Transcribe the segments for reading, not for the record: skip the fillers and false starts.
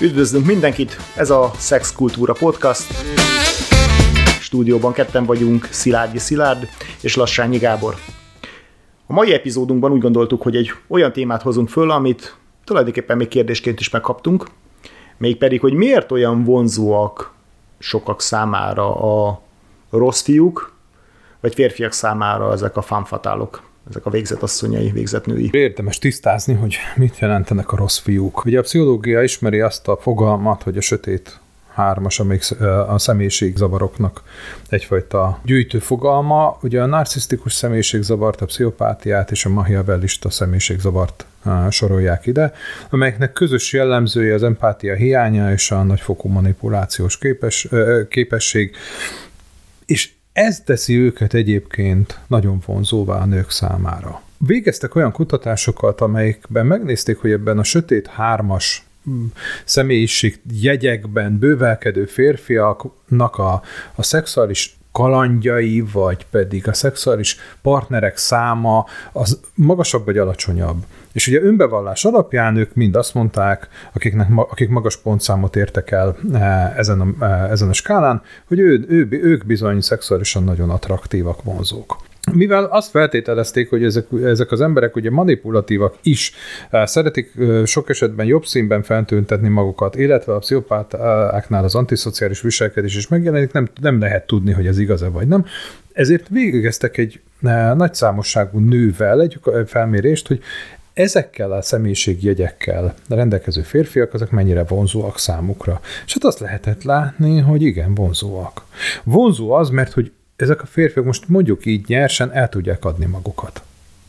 Üdvözlünk mindenkit, ez a Szex Kultúra Podcast. Stúdióban ketten vagyunk, Szilágyi Szilárd és Lassányi Gábor. A mai epizódunkban úgy gondoltuk, hogy egy olyan témát hozunk föl, amit tulajdonképpen még kérdésként is megkaptunk, mégpedig, hogy miért olyan vonzóak sokak számára a rossz fiúk, vagy férfiak számára ezek a femme fatálok, ezek a végzett asszonyai, végzett női. Érdemes tisztázni, hogy mit jelentenek a rossz fiúk. Ugye a pszichológia ismeri azt a fogalmat, hogy a sötét hármas, amelyik a személyiségzavaroknak egyfajta gyűjtő fogalma. Ugye a narcisztikus személyiségzavart, a pszichopátiát és a machiavellista személyiségzavart sorolják ide, amelyeknek közös jellemzője az empátia hiánya és a nagyfokú manipulációs képesség, és ez teszi őket egyébként nagyon vonzóvá a nők számára. Végeztek olyan kutatásokat, amelyekben megnézték, hogy ebben a sötét hármas személyiség jegyekben bővelkedő férfiaknak a szexuális kalandjai, vagy pedig a szexuális partnerek száma az magasabb vagy alacsonyabb. És ugye önbevallás alapján ők mind azt mondták, akik magas pontszámot értek el ezen a skálán, hogy ők bizony szexuálisan nagyon attraktívak, vonzók. Mivel azt feltételezték, hogy ezek az emberek ugye manipulatívak is, szeretik sok esetben jobb színben feltüntetni magukat, illetve a pszichopátáknál az antiszociális viselkedés is megjelenik, nem lehet tudni, hogy ez igaz-e vagy nem. Ezért végeztek egy nagy számosságú nővel egy felmérést, hogy ezekkel a személyiségjegyekkel rendelkező férfiak, azok mennyire vonzóak számukra. És hát azt lehetett látni, hogy igen, vonzóak. Vonzó az, mert hogy ezek a férfiak most mondjuk így nyersen el tudják adni magukat.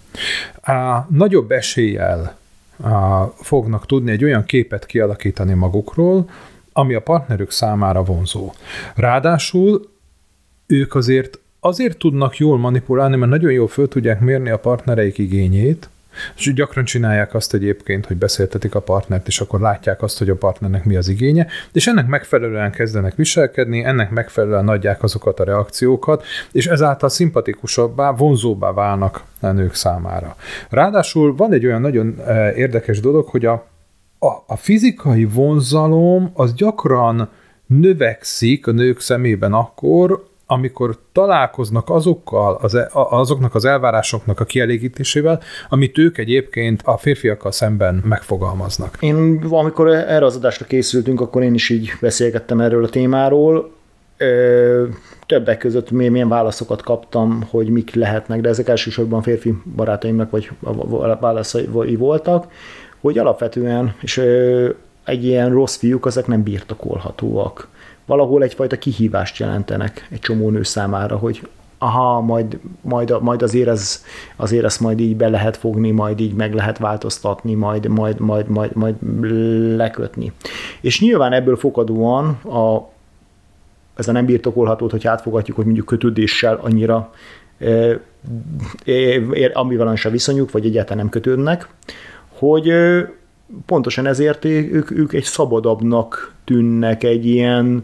Nagyobb eséllyel fognak tudni egy olyan képet kialakítani magukról, ami a partnerük számára vonzó. Ráadásul ők azért tudnak jól manipulálni, mert nagyon jól föl tudják mérni a partnereik igényét, és gyakran csinálják azt egyébként, hogy beszéltetik a partnert, és akkor látják azt, hogy a partnernek mi az igénye, és ennek megfelelően kezdenek viselkedni, ennek megfelelően adják azokat a reakciókat, és ezáltal szimpatikusabbá, vonzóbbá válnak a nők számára. Ráadásul van egy olyan nagyon érdekes dolog, hogy a fizikai vonzalom az gyakran növekszik a nők szemében akkor, amikor találkoznak azoknak az elvárásoknak a kielégítésével, amit ők egyébként a férfiakkal szemben megfogalmaznak. Amikor erre az adásra készültünk, akkor én is így beszélgettem erről a témáról. Többek között milyen válaszokat kaptam, hogy mik lehetnek, de ezek elsősorban férfi barátaimnak vagy válaszai voltak, hogy alapvetően és egy ilyen rossz fiúk, ezek nem birtokolhatóak. Valahol egyfajta kihívást jelentenek egy csomó nő számára, hogy majd azért ezt majd így be lehet fogni, majd így meg lehet változtatni, majd lekötni. És nyilván ebből fakadóan ez a nem birtokolhatót, hogy átfogadjuk, hogy mondjuk kötődéssel annyira ambivalens viszonyuk, vagy egyáltalán nem kötődnek, hogy pontosan ezért ők egy szabadabbnak tűnnek, egy ilyen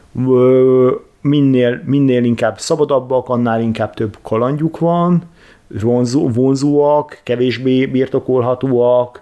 minél inkább szabadabbak, annál inkább több kalandjuk van, vonzóak, kevésbé birtokolhatóak,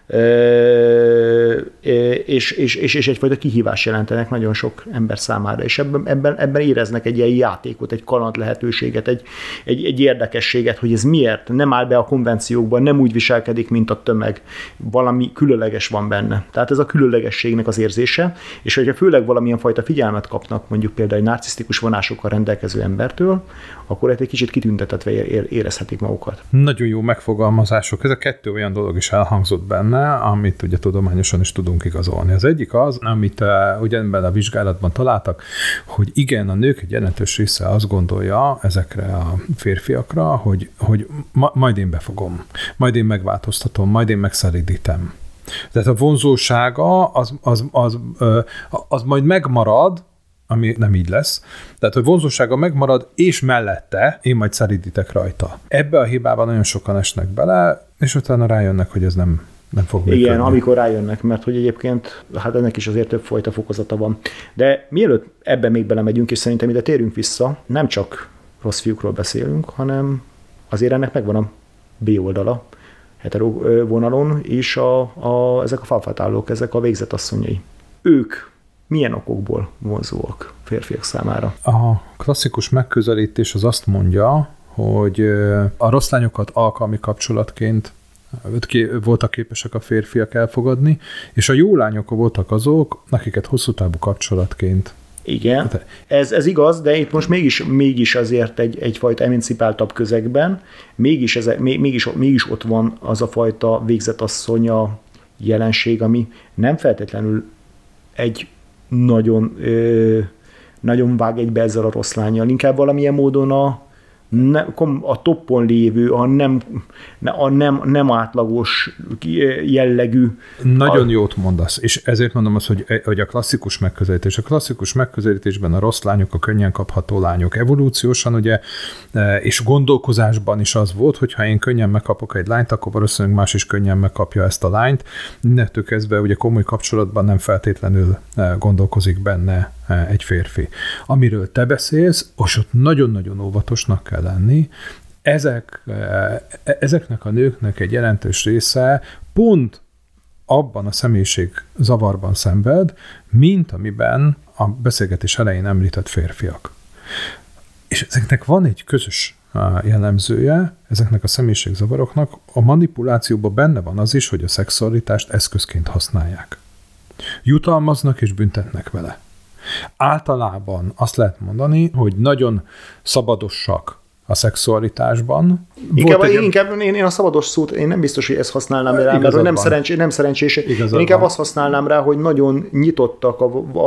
és egyfajta kihívás jelentenek nagyon sok ember számára, és ebben éreznek egy ilyen játékot, egy kaland lehetőséget, egy érdekességet, hogy ez miért nem áll be a konvenciókban, nem úgy viselkedik, mint a tömeg, valami különleges van benne. Tehát ez a különlegességnek az érzése, és hogyha főleg valamilyen fajta figyelmet kapnak, mondjuk például egy narcisztikus vonásokkal rendelkező embertől, akkor egy kicsit kitüntetetve érezhetik magukat. Nagyon jó megfogalmazások. Ez a kettő olyan dolog is elhangzott benne, amit ugye tudományosan is tudunk igazolni. Az egyik az, amit ugye ebben a vizsgálatban találtak, hogy igen, a nők egy jelentős része azt gondolja ezekre a férfiakra, hogy majd én befogom, majd én megváltoztatom, majd én megszeridítem. Tehát a vonzósága az majd megmarad, ami nem így lesz. Tehát, hogy vonzósága megmarad, és mellette én majd szeridítek rajta. Ebbe a hibában nagyon sokan esnek bele, és utána rájönnek, hogy ez nem fog működni. Igen, amikor rájönnek, mert hogy egyébként hát ennek is azért több fajta fokozata van. De mielőtt ebben még belemegyünk, és szerintem ide térünk vissza, nem csak rossz fiúkról beszélünk, hanem azért ennek megvan a B oldala, hetero vonalon, és ezek a femme fatálok, ezek a végzett asszonyai. ők milyen okokból vonzóak férfiak számára? A klasszikus megközelítés az azt mondja, hogy a rossz lányokat alkalmi kapcsolatként voltak képesek a férfiak elfogadni, és a jó lányok voltak azok, akiket hosszú távú kapcsolatként. Igen, ez igaz, de itt most mégis azért egyfajta emancipáltabb közegben, mégis ott van az a fajta végzetasszonya jelenség, ami nem feltétlenül egy nagyon vág egybe ezzel a rossz lánnyal, inkább valamilyen módon a toppon lévő, a nem átlagos jellegű. Nagyon jót mondasz, és ezért mondom azt, hogy a klasszikus megközelítés. A klasszikus megközelítésben a rossz lányok, a könnyen kapható lányok evolúciósan, ugye, és gondolkozásban is az volt, hogy ha én könnyen megkapok egy lányt, akkor valószínűleg más is könnyen megkapja ezt a lányt. Innentől kezdve ugye komoly kapcsolatban nem feltétlenül gondolkozik benne egy férfi. Amiről te beszélsz, és ott nagyon-nagyon óvatosnak kell lenni, ezeknek a nőknek egy jelentős része pont abban a személyiség zavarban szenved, mint amiben a beszélgetés elején említett férfiak. És ezeknek van egy közös jellemzője, ezeknek a személyiségzavaroknak, a manipulációban benne van az is, hogy a szexualitást eszközként használják. Jutalmaznak és büntetnek vele. Általában azt lehet mondani, hogy nagyon szabadosak a szexualitásban. Inkább én a szabados szót, én nem biztos, hogy ezt használnám rá, mert nem szerencsés. Én inkább azt használnám rá, hogy nagyon nyitottak,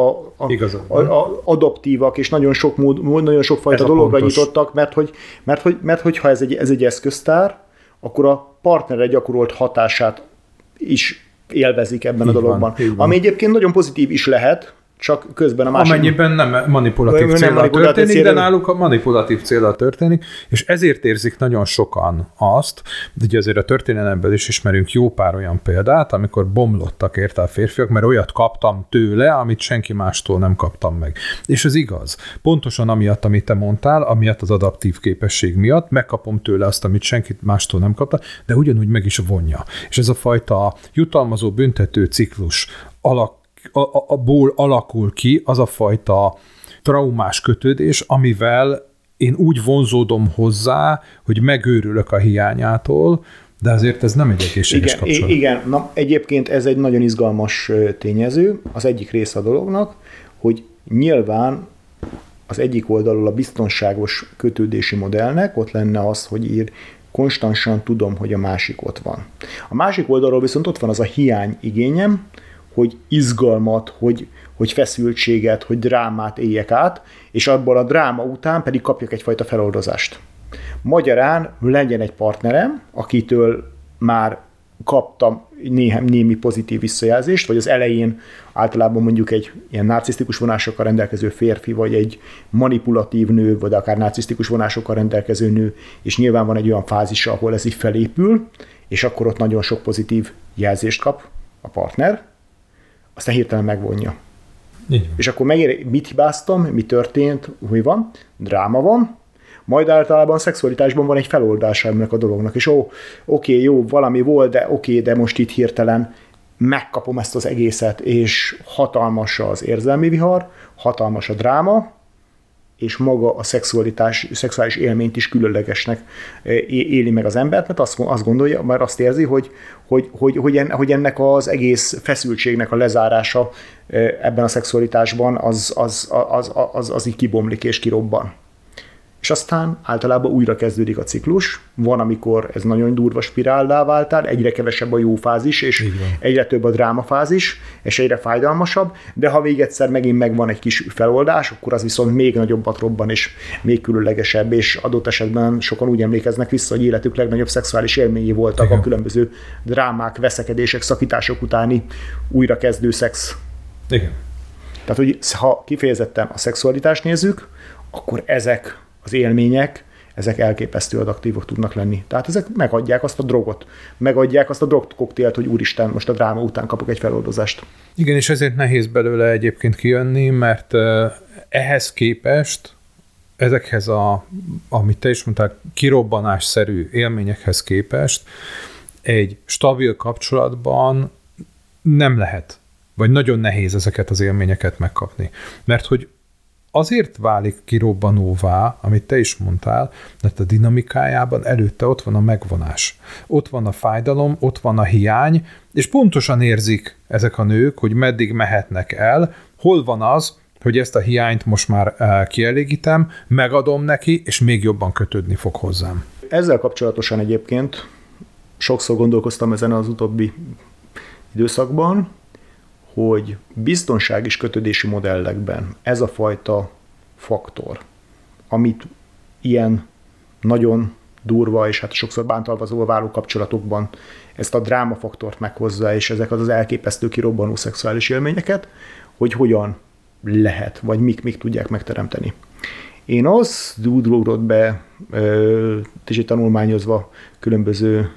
adaptívak, és nagyon sok fajta dologra nyitottak, mert hogyha ez egy eszköztár, akkor a partnerre gyakorolt hatását is élvezik ebben a dologban. Ami egyébként nagyon pozitív is lehet, csak közben a másik... Amennyiben nem manipulatív céllal történik, de náluk a manipulatív céllal történik, és ezért érzik nagyon sokan azt, ugye azért a történelemből is ismerünk jó pár olyan példát, amikor bomlottak érte a férfiak, mert olyat kaptam tőle, amit senki mástól nem kaptam meg. És ez igaz. Pontosan amiatt, amit te mondtál, amiatt az adaptív képesség miatt, megkapom tőle azt, amit senkit mástól nem kapta, de ugyanúgy meg is vonja. És ez a fajta jutalmazó büntető ciklus abból alakul ki az a fajta traumás kötődés, amivel én úgy vonzódom hozzá, hogy megőrülök a hiányától, de azért ez nem egy egészséges kapcsolat. Igen, na, egyébként ez egy nagyon izgalmas tényező. Az egyik része a dolognak, hogy nyilván az egyik oldalról a biztonságos kötődési modellnek ott lenne az, hogy konstansan tudom, hogy a másik ott van. A másik oldalról viszont ott van az a hiány igényem, hogy izgalmat, hogy feszültséget, hogy drámát éljek át, és abból a dráma után pedig kapjak egyfajta feloldozást. Magyarán legyen egy partnerem, akitől már kaptam némi pozitív visszajelzést, vagy az elején általában mondjuk egy ilyen narcisztikus vonásokkal rendelkező férfi, vagy egy manipulatív nő, vagy akár narcisztikus vonásokkal rendelkező nő, és nyilván van egy olyan fázis, ahol ez így felépül, és akkor ott nagyon sok pozitív jelzést kap a partner, aztán hirtelen megvonja. Igen. És akkor mit hibáztam, mi történt, hogy van, dráma van, majd általában szexualitásban van egy feloldása ennek a dolognak, és oké, jó, valami volt, de de most itt hirtelen megkapom ezt az egészet, és hatalmas az érzelmi vihar, hatalmas a dráma, és maga a szexuális élményt is különlegesnek éli meg az embert, mert azt gondolja, mert azt érzi, hogy ennek az egész feszültségnek a lezárása ebben a szexualitásban az így kibomlik és kirobban. És aztán általában újra kezdődik a ciklus. Van, amikor ez nagyon durva spirállá váltál, egyre kevesebb a jó fázis, és egyre több a drámafázis, és egyre fájdalmasabb, de ha még egyszer megint megvan egy kis feloldás, akkor az viszont még nagyobbat robban, és még különlegesebb, és adott esetben sokan úgy emlékeznek vissza, hogy életük legnagyobb szexuális élményei voltak a különböző drámák, veszekedések, szakítások utáni újrakezdő szex. Igen. Tehát, hogy ha kifejezetten a szexualitást nézzük, akkor ezek az élmények, ezek elképesztő adaptívok tudnak lenni. Tehát ezek megadják azt a drogot, megadják azt a drogkoktélt, hogy úristen, most a dráma után kapok egy feloldozást. Igen, és ezért nehéz belőle egyébként kijönni, mert ehhez képest, ezekhez amit te is mondtál, kirobbanásszerű élményekhez képest egy stabil kapcsolatban nem lehet vagy nagyon nehéz ezeket az élményeket megkapni. Mert hogy azért válik kirobbanóvá, amit te is mondtál, mert a dinamikájában előtte ott van a megvonás. Ott van a fájdalom, ott van a hiány, és pontosan érzik ezek a nők, hogy meddig mehetnek el, hol van az, hogy ezt a hiányt most már kielégítem, megadom neki, és még jobban kötődni fog hozzám. Ezzel kapcsolatosan egyébként sokszor gondolkoztam ezen az utóbbi időszakban, hogy biztonság és kötődési modellekben ez a fajta faktor, amit ilyen nagyon durva és hát sokszor bántalmazóval váló kapcsolatokban ezt a drámafaktort meghozza, és ezeket az elképesztő kirobbanó szexuális élményeket, hogy hogyan lehet, vagy mik tudják megteremteni. Én azt ugrott be, és tanulmányozva különböző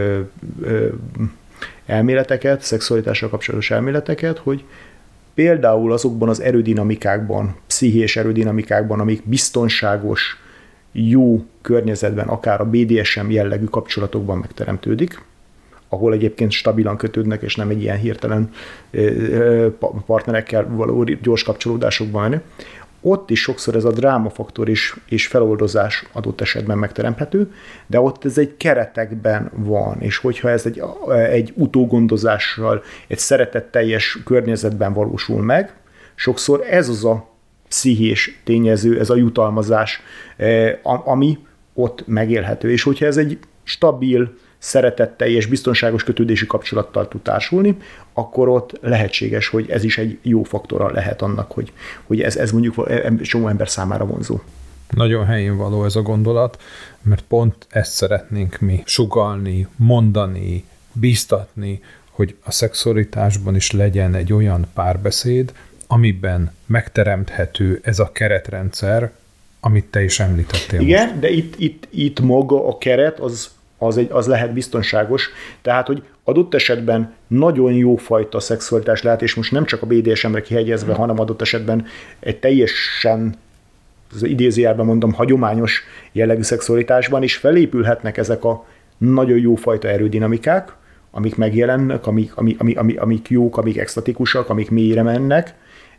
elméleteket, szexualitással kapcsolatos elméleteket, hogy például azokban az erődinamikákban, pszichés erődinamikákban, amik biztonságos, jó környezetben, akár a BDSM jellegű kapcsolatokban megteremtődik, ahol egyébként stabilan kötődnek, és nem egy ilyen hirtelen partnerekkel való gyors kapcsolódásokban menő, ott is sokszor ez a drámafaktor és feloldozás adott esetben megteremthető, de ott ez egy keretekben van, és hogyha ez egy utógondozással, egy szeretetteljes környezetben valósul meg, sokszor ez az a pszichés tényező, ez a jutalmazás, ami ott megélhető. És hogyha ez egy stabil, szeretetteljes, biztonságos kötődési kapcsolattal tud társulni, akkor ott lehetséges, hogy ez is egy jó faktora lehet annak, hogy ez mondjuk csomó ember számára vonzó. Nagyon helyén való ez a gondolat, mert pont ezt szeretnénk mi sugallni, mondani, bíztatni, hogy a szexualitásban is legyen egy olyan párbeszéd, amiben megteremthető ez a keretrendszer, amit te is említettél. Igen, most. De itt maga a keret az lehet biztonságos, tehát, hogy adott esetben nagyon jó fajta szexualitás lehet, és most nem csak a BDSM-re kihegyezve, hanem adott esetben egy teljesen, az idézőjelben mondom, hagyományos jellegű szexualitásban is felépülhetnek ezek a nagyon jó fajta erődinamikák, amik megjelennek, amik jók, amik extatikusak, amik mélyre mennek,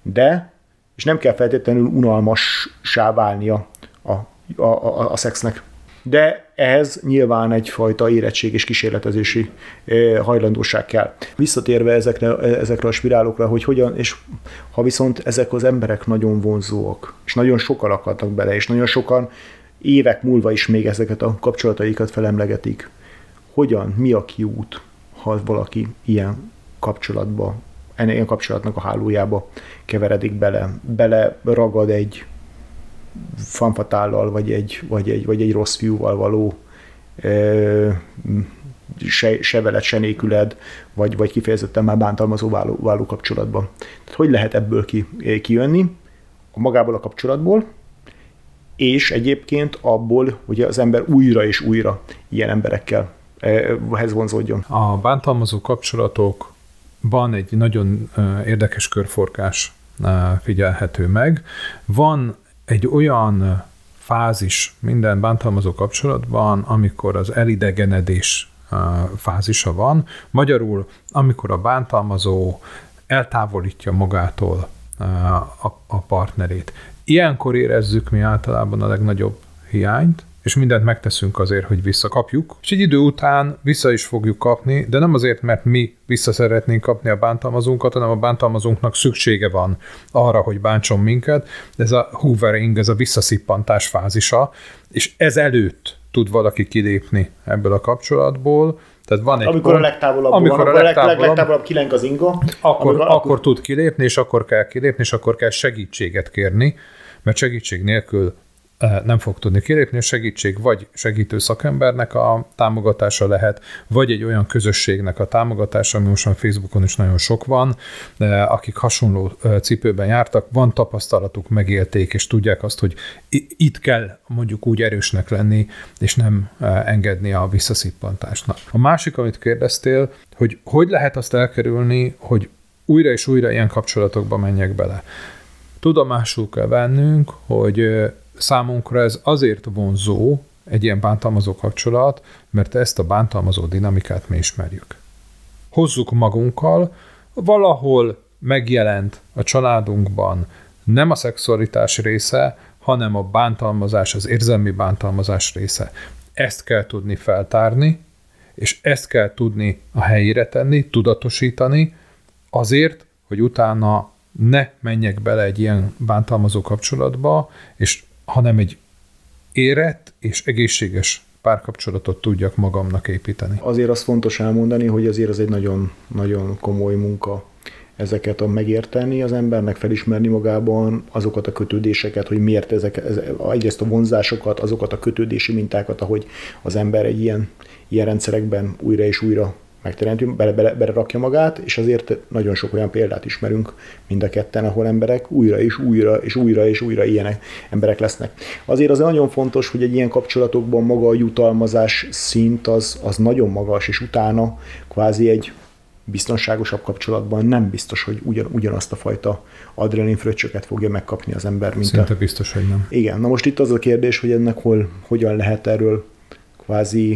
és nem kell feltétlenül unalmassá válnia a szexnek. De ehhez nyilván egyfajta érettség és kísérletezési hajlandóság kell. Visszatérve ezekre a spirálokra, hogy hogyan, és ha viszont ezek az emberek nagyon vonzóak, és nagyon sokan akadnak bele, és nagyon sokan évek múlva is még ezeket a kapcsolataikat felemlegetik, hogyan, mi a kiút, ha valaki ilyen kapcsolatba, ilyen kapcsolatnak a hálójába keveredik bele ragad egy fanfatállal, vagy egy rossz fiúval való se veled, se nélküled, vagy kifejezetten már bántalmazó váló kapcsolatban. Tehát hogy lehet ebből kijönni? Magából a kapcsolatból, és egyébként abból, hogy az ember újra és újra ilyen emberekkel vonzódjon. A bántalmazó kapcsolatokban egy nagyon érdekes körforgás figyelhető meg. Van egy olyan fázis minden bántalmazó kapcsolatban, amikor az elidegenedés fázisa van. Magyarul, amikor a bántalmazó eltávolítja magától a partnerét. Ilyenkor érezzük mi általában a legnagyobb hiányt, és mindent megteszünk azért, hogy visszakapjuk, és egy idő után vissza is fogjuk kapni, de nem azért, mert mi vissza szeretnénk kapni a bántalmazónkat, hanem a bántalmazónknak szüksége van arra, hogy bántson minket. Ez a hoovering, ez a visszaszippantás fázisa, és ez előtt tud valaki kilépni ebből a kapcsolatból. Tehát van egy amikor pont, a legtávolabb kileng az inga. Akkor tud kilépni, és akkor kell kilépni, és akkor kell segítséget kérni, mert segítség nélkül nem fog tudni kilépni, a segítség vagy segítő szakembernek a támogatása lehet, vagy egy olyan közösségnek a támogatása, ami most a Facebookon is nagyon sok van, akik hasonló cipőben jártak, van tapasztalatuk, megélték, és tudják azt, hogy itt kell mondjuk úgy erősnek lenni, és nem engedni a visszaszippantásnak. A másik, amit kérdeztél, hogy lehet azt elkerülni, hogy újra és újra ilyen kapcsolatokba menjek bele. Tudomásul kell vennünk, hogy számunkra ez azért vonzó, egy ilyen bántalmazó kapcsolat, mert ezt a bántalmazó dinamikát mi ismerjük. Hozzuk magunkkal, valahol megjelent a családunkban nem a szexualitás része, hanem a bántalmazás, az érzelmi bántalmazás része. Ezt kell tudni feltárni, és ezt kell tudni a helyére tenni, tudatosítani, azért, hogy utána ne menjek bele egy ilyen bántalmazó kapcsolatba, és hanem egy érett és egészséges párkapcsolatot tudjak magamnak építeni. Azért az fontos elmondani, hogy azért az egy nagyon, nagyon komoly munka ezeket megérteni az embernek, felismerni magában azokat a kötődéseket, hogy miért egyrészt a vonzásokat, azokat a kötődési mintákat, ahogy az ember egy ilyen rendszerekben újra és újra megteremti, belerakja magát, és azért nagyon sok olyan példát ismerünk mind a ketten, ahol emberek újra és újra és újra és újra ilyen emberek lesznek. Azért az nagyon fontos, hogy egy ilyen kapcsolatokban maga a jutalmazás szint az nagyon magas, és utána kvázi egy biztonságosabb kapcsolatban nem biztos, hogy ugyanazt a fajta adrenalinfröccsöket fogja megkapni az ember, mint szinte biztos, hogy nem. Igen, na most itt az a kérdés, hogy ennek hogyan lehet erről kvázi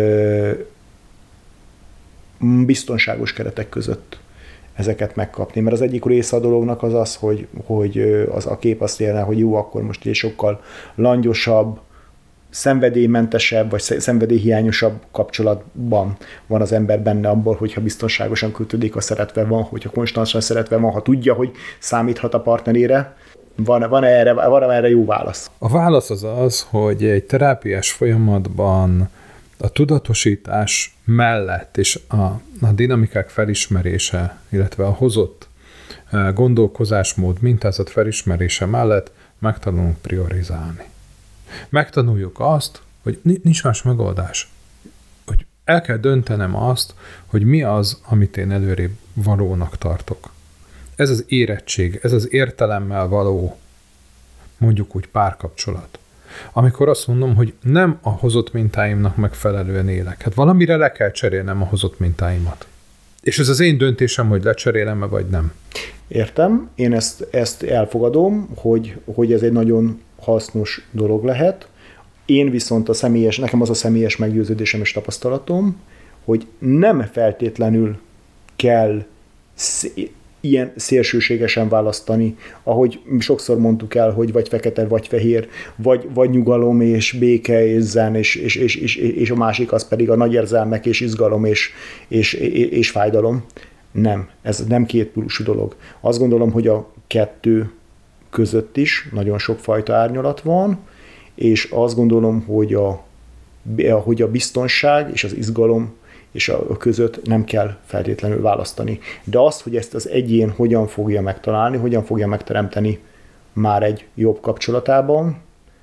biztonságos keretek között ezeket megkapni. Mert az egyik része a dolognak az, hogy az a kép azt jelenti, hogy jó, akkor most egy sokkal langyosabb, szenvedélymentesebb, vagy szenvedélyhiányosabb kapcsolatban van az ember benne abból, hogyha biztonságosan kötődik, a szeretve van, hogyha konstansan szeretve van, ha tudja, hogy számíthat a partnerére. Van erre jó válasz? A válasz az, hogy egy terápiás folyamatban a tudatosítás mellett és a dinamikák felismerése, illetve a hozott gondolkozásmód, mintázat felismerése mellett megtanulunk priorizálni. Megtanuljuk azt, hogy nincs más megoldás. Hogy el kell döntenem azt, hogy mi az, amit én előrébb valónak tartok. Ez az érettség, ez az értelemmel való, mondjuk úgy párkapcsolat. Amikor azt mondom, hogy nem a hozott mintáimnak megfelelően élek. Hát valamire le kell cserélnem a hozott mintáimat. És ez az én döntésem, hogy lecserélem-e, vagy nem. Értem, én ezt elfogadom, hogy ez egy nagyon hasznos dolog lehet. Én viszont nekem az a személyes meggyőződésem és tapasztalatom, hogy nem feltétlenül kell ilyen szélsőségesen választani, ahogy sokszor mondtuk el, hogy vagy fekete, vagy fehér, vagy nyugalom és béke és zen, és a másik az pedig a nagy érzelmek és izgalom és fájdalom. Nem, ez nem kétpólusú dolog. Azt gondolom, hogy a kettő között is nagyon sokfajta árnyalat van, és azt gondolom, hogy a biztonság és az izgalom és a között nem kell feltétlenül választani. De azt, hogy ezt az egyén hogyan fogja megtalálni, hogyan fogja megteremteni már egy jobb kapcsolatában,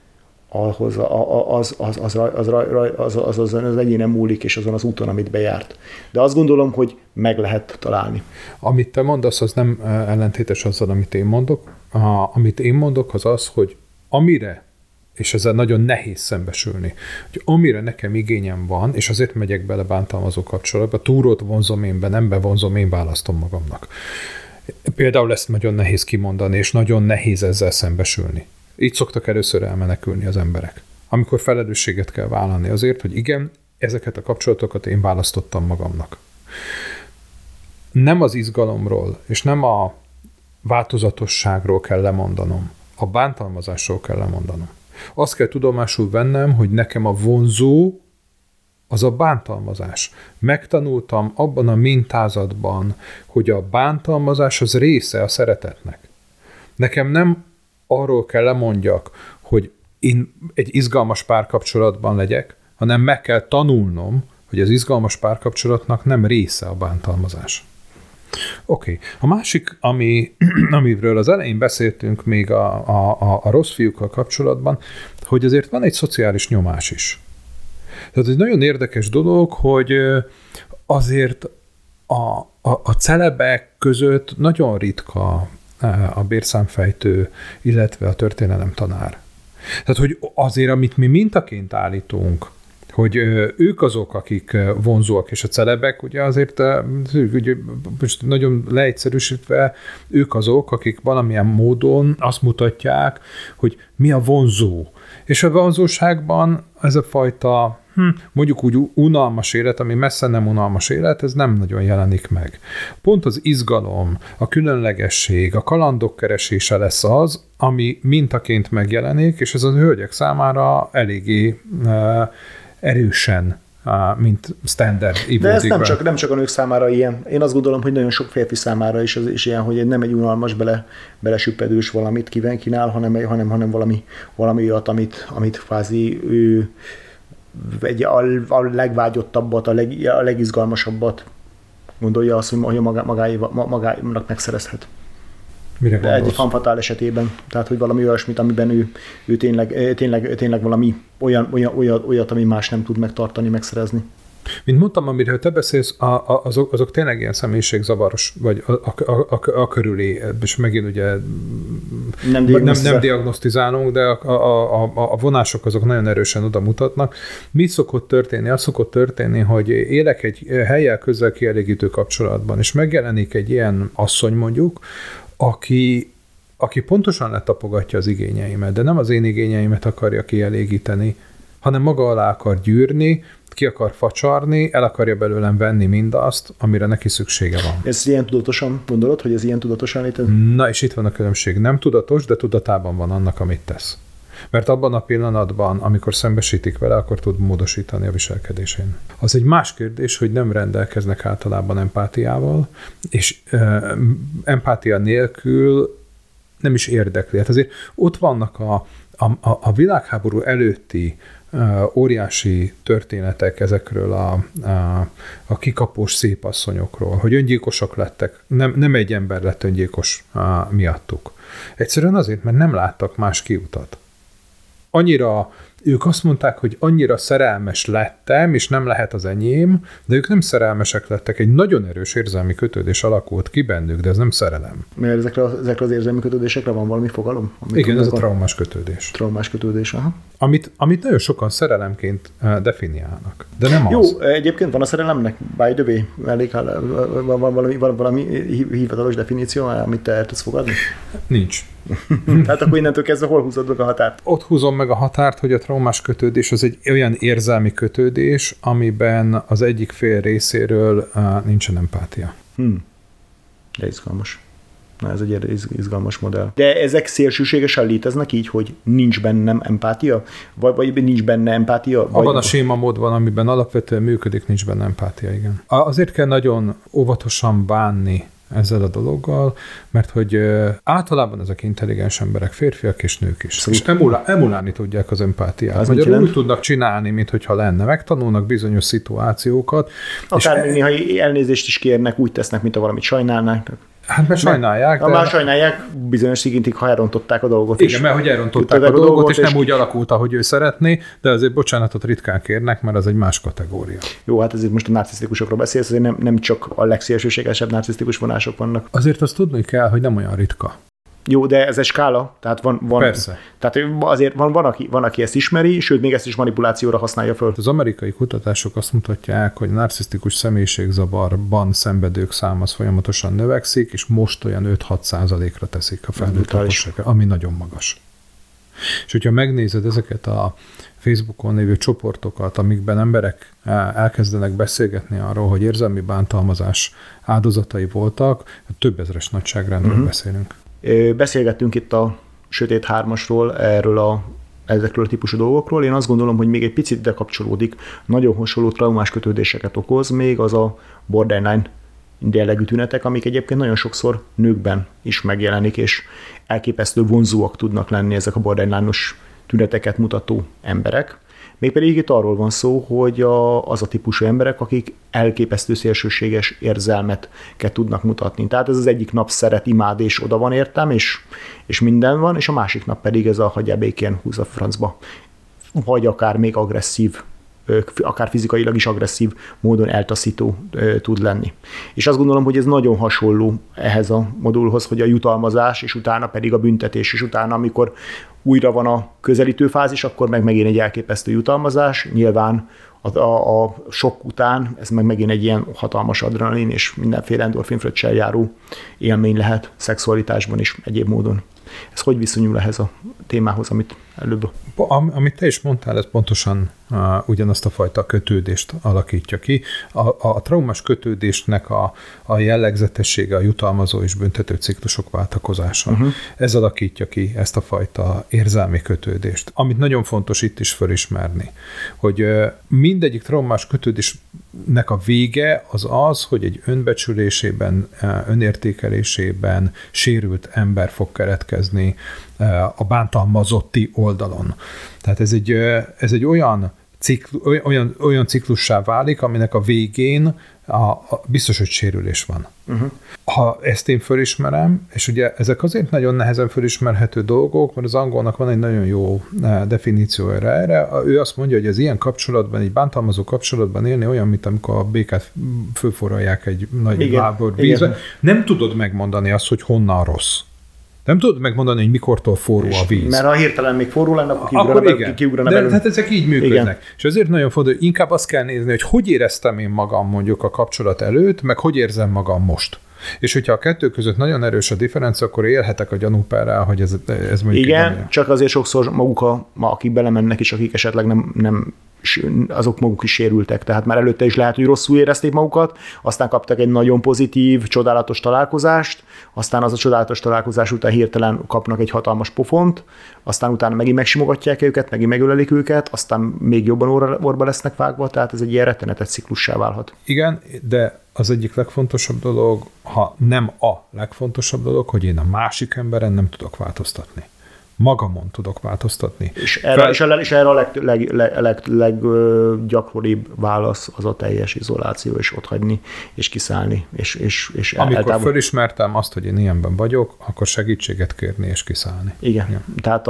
az egyénen múlik, és azon az úton, amit bejárt. De azt gondolom, hogy meg lehet találni. Amit te mondasz, az nem ellentétes azzal, amit én mondok. Amit én mondok, az az, hogy amire, és ezzel nagyon nehéz szembesülni, hogy amire nekem igényem van, és azért megyek bele bántalmazó kapcsolatba, túrót vonzom én be, nem bevonzom, én választom magamnak. Például ezt nagyon nehéz kimondani, és nagyon nehéz ezzel szembesülni. Így szoktak először elmenekülni az emberek. Amikor felelősséget kell vállalni azért, hogy igen, ezeket a kapcsolatokat én választottam magamnak. Nem az izgalomról, és nem a változatosságról kell lemondanom, a bántalmazásról kell lemondanom. Azt kell tudomásul vennem, hogy nekem a vonzó az a bántalmazás. Megtanultam abban a mintázatban, hogy a bántalmazás az része a szeretetnek. Nekem nem arról kell lemondjak, hogy én egy izgalmas párkapcsolatban legyek, hanem meg kell tanulnom, hogy az izgalmas párkapcsolatnak nem része a bántalmazás. Oké. A másik, amiről az elején beszéltünk még a rossz fiúkkal kapcsolatban, hogy azért van egy szociális nyomás is. Tehát egy nagyon érdekes dolog, hogy azért a celebek között nagyon ritka a bérszámfejtő, illetve a történelemtanár. Tehát, hogy azért, amit mi mintaként állítunk, hogy ők azok, akik vonzóak, és a celebek, ugye azért ugye, most nagyon leegyszerűsítve, ők azok, akik valamilyen módon azt mutatják, hogy mi a vonzó. És a vonzóságban ez a fajta mondjuk úgy unalmas élet, ami messze nem unalmas élet, ez nem nagyon jelenik meg. Pont az izgalom, a különlegesség, a kalandok keresése lesz az, ami mintaként megjelenik, és ez a hölgyek számára eléggé erősen mint standard ivózik. De ez nem csak a nők számára ilyen. Én azt gondolom, hogy nagyon sok férfi számára is ilyen, hogy nem egy unalmas belesüppedős valamit kínál, hanem valami olyat, amit kvázi ő a legvágyottabbat, a legizgalmasabbat gondolja azt, hogy magának megszerezhet. Mire egy fanfatál esetében. Tehát, hogy valami olyasmit, amiben ő tényleg valami olyat, ami más nem tud megtartani, megszerezni. Mint mondtam, amiről te beszélsz, azok tényleg ilyen személyiségzavaros, vagy a körüli, és megint ugye nem diagnosztizálunk, de a vonások azok nagyon erősen oda mutatnak. Mi szokott történni? Az szokott történni, hogy élek egy hellyel közel kielégítő kapcsolatban, és megjelenik egy ilyen asszony mondjuk, aki pontosan letapogatja az igényeimet, de nem az én igényeimet akarja kielégíteni, hanem maga alá akar gyűrni, ki akar facsarni, el akarja belőlem venni mindazt, amire neki szüksége van. Ez ilyen tudatosan gondolod, hogy ez ilyen tudatosan létezik? Na, és itt van a különbség. Nem tudatos, de tudatában van annak, amit tesz. Mert abban a pillanatban, amikor szembesítik vele, akkor tud módosítani a viselkedésén. Az egy más kérdés, hogy nem rendelkeznek általában empátiával, és empátia nélkül nem is érdekli. Hát azért ott vannak a világháború előtti óriási történetek ezekről a kikapós szépasszonyokról, hogy öngyilkosok lettek. Nem egy ember lett öngyilkos miattuk. Egyszerűen azért, mert nem láttak más kiutat. Ők azt mondták, hogy annyira szerelmes lettem, és nem lehet az enyém, de ők nem szerelmesek lettek. Egy nagyon erős érzelmi kötődés alakult ki bennük, de ez nem szerelem. Mert ezekre az érzelmi kötődésekre van valami fogalom? Igen, ez a traumás kötődés. Traumás kötődés, aha. Amit nagyon sokan szerelemként definiálnak, de nem az. Jó, egyébként van a szerelemnek, by the way, van valami hivatalos definíció, amit te el tudsz fogadni? Nincs. Hát akkor innentől kezdve hol húzod meg a határt? Ott húzom meg a határt, hogy a traumás kötődés az egy olyan érzelmi kötődés, amiben az egyik fél részéről nincsen empátia. De izgalmas. Na, ez egy izgalmas modell. De ezek szélsőségesen léteznek így, hogy nincs bennem empátia? Vagy nincs benne empátia? Abban a sémamódban, amiben alapvetően működik, nincs benne empátia, igen. Azért kell nagyon óvatosan bánni ezzel a dologgal, mert hogy általában ezek intelligens emberek, férfiak és nők is. És emulálni tudják az empátiát. Magyarul úgy tudnak csinálni, mintha lenne. Megtanulnak bizonyos szituációkat. Akár még néha elnézést is kérnek, úgy tesznek, mint ha valamit sajnálnák. Hát mert sajnálják. Már sajnálják bizonyos szintig, ha elrontották a dolgot. Igen, mert hogy elrontották a dolgot, és nem úgy alakult, ahogy ő szeretné, de azért bocsánatot ritkán kérnek, mert az egy más kategória. Jó, hát ezért most a narcisztikusokról beszélsz, azért nem csak a legszélsőségesebb narcisztikus vonások vannak. Azért azt tudni kell, hogy nem olyan ritka. Jó, de ez egy skála, tehát van Persze. Tehát azért van, aki ezt ismeri, sőt, még ezt is manipulációra használja föl. Az amerikai kutatások azt mutatják, hogy narcisztikus személyiségzavarban szenvedők száma folyamatosan növekszik, és most olyan 5-6%-ra teszik a felnőtt lakosságra, ami nagyon magas. És hogyha megnézed ezeket a Facebookon lévő csoportokat, amikben emberek elkezdenek beszélgetni arról, hogy érzelmi bántalmazás áldozatai voltak, több ezeres nagyságrendről beszélünk. Beszélgettünk itt a Sötét Hármasról, ezekről a típusú dolgokról. Én azt gondolom, hogy még egy picit ide kapcsolódik. Nagyon hasonló traumás kötődéseket okoz még az a borderline jellegű tünetek, amik egyébként nagyon sokszor nőkben is megjelenik, és elképesztő vonzóak tudnak lenni ezek a borderline-os tüneteket mutató emberek. Mégpedig itt arról van szó, hogy az a típusú emberek, akik elképesztő szélsőséges érzelmet tudnak mutatni. Tehát ez az egyik nap szeret, imád, és oda van értem, és minden van, és a másik nap pedig ez a hagyjál békén, húz a francba. Vagy akár még agresszív, akár fizikailag is agresszív módon eltaszító tud lenni. És azt gondolom, hogy ez nagyon hasonló ehhez a modulhoz, hogy a jutalmazás, és utána pedig a büntetés, és utána, amikor újra van a közelítő fázis, akkor meg megint egy elképesztő jutalmazás. Nyilván a sok után ez meg megint egy ilyen hatalmas adrenalin és mindenféle endorfinfröccsel járó élmény lehet szexualitásban is egyéb módon. Ez hogy viszonyul ehhez a témához, amit előbb. Amit te is mondtál, ez pontosan ugyanazt a fajta kötődést alakítja ki. A traumás kötődésnek a jellegzetessége a jutalmazó és büntető ciklusok váltakozása. Ez alakítja ki ezt a fajta érzelmi kötődést. Amit nagyon fontos itt is felismerni, hogy mindegyik traumás kötődésnek a vége az, hogy egy önbecsülésében, önértékelésében sérült ember fog keletkezni a bántalmazotti oldalon. Tehát ez egy olyan ciklussá válik, aminek a végén biztos, hogy sérülés van. Ha ezt én fölismerem, és ugye ezek azért nagyon nehezen fölismerhető dolgok, mert az angolnak van egy nagyon jó definíciója erre. Ő azt mondja, hogy az ilyen kapcsolatban, egy bántalmazó kapcsolatban élni olyan, mint amikor a békát fölforralják egy nagy lábor vízbe. Nem tudod megmondani azt, hogy honnan rossz. Nem tudod megmondani, hogy mikortól forró a víz. Mert ha hirtelen még forró lenne, akkor kiugrana belőle. De hát ezek így működnek. Igen. És azért nagyon fontos, hogy inkább azt kell nézni, hogy éreztem én magam mondjuk a kapcsolat előtt, meg hogy érzem magam most. És hogyha a kettő között nagyon erős a differencia, akkor élhetek a gyanúperrel, hogy ez mondjuk... Igen, csak azért sokszor maguk, akik belemennek, és akik esetleg nem azok maguk is sérültek, tehát már előtte is lehet, hogy rosszul érezték magukat, aztán kaptak egy nagyon pozitív, csodálatos találkozást, aztán az a csodálatos találkozás után hirtelen kapnak egy hatalmas pofont, aztán utána megint megsimogatják őket, megint megölelik őket, aztán még jobban orba lesznek vágva, tehát ez egy ilyen rettenetes ciklussá válhat. Igen, de az egyik legfontosabb dolog, ha nem a legfontosabb dolog, hogy én a másik emberen nem tudok változtatni. Magamon tudok változtatni. És erre a leggyakoribb válasz az a teljes izoláció, és otthagyni, és kiszállni. És amikor fölismertem azt, hogy én ilyenben vagyok, akkor segítséget kérni, és kiszállni. Igen. Tehát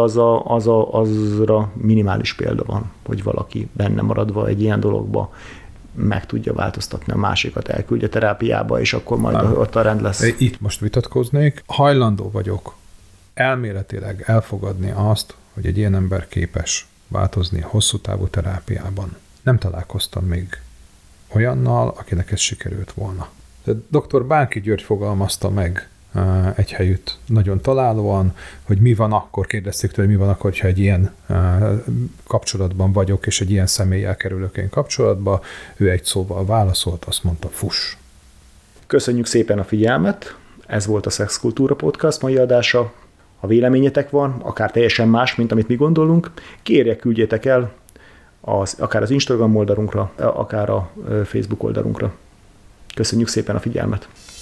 azra minimális példa van, hogy valaki benne maradva egy ilyen dologba meg tudja változtatni a másikat, elküldje terápiába, és akkor majd ott a rend lesz. Itt most vitatkoznék. Hajlandó vagyok elméletileg elfogadni azt, hogy egy ilyen ember képes változni a hosszú távú terápiában. Nem találkoztam még olyannal, akinek ez sikerült volna. Dr. Bánki György fogalmazta meg egy helyütt nagyon találóan, hogy mi van akkor, kérdezték tőle, hogy mi van akkor, ha egy ilyen kapcsolatban vagyok, és egy ilyen személlyel kerülök én kapcsolatba. Ő egy szóval válaszolt, azt mondta, fuss. Köszönjük szépen a figyelmet, ez volt a Szexkultúra Podcast mai adása. Ha véleményetek van, akár teljesen más, mint amit mi gondolunk, küldjétek el akár az Instagram oldalunkra, akár a Facebook oldalunkra. Köszönjük szépen a figyelmet!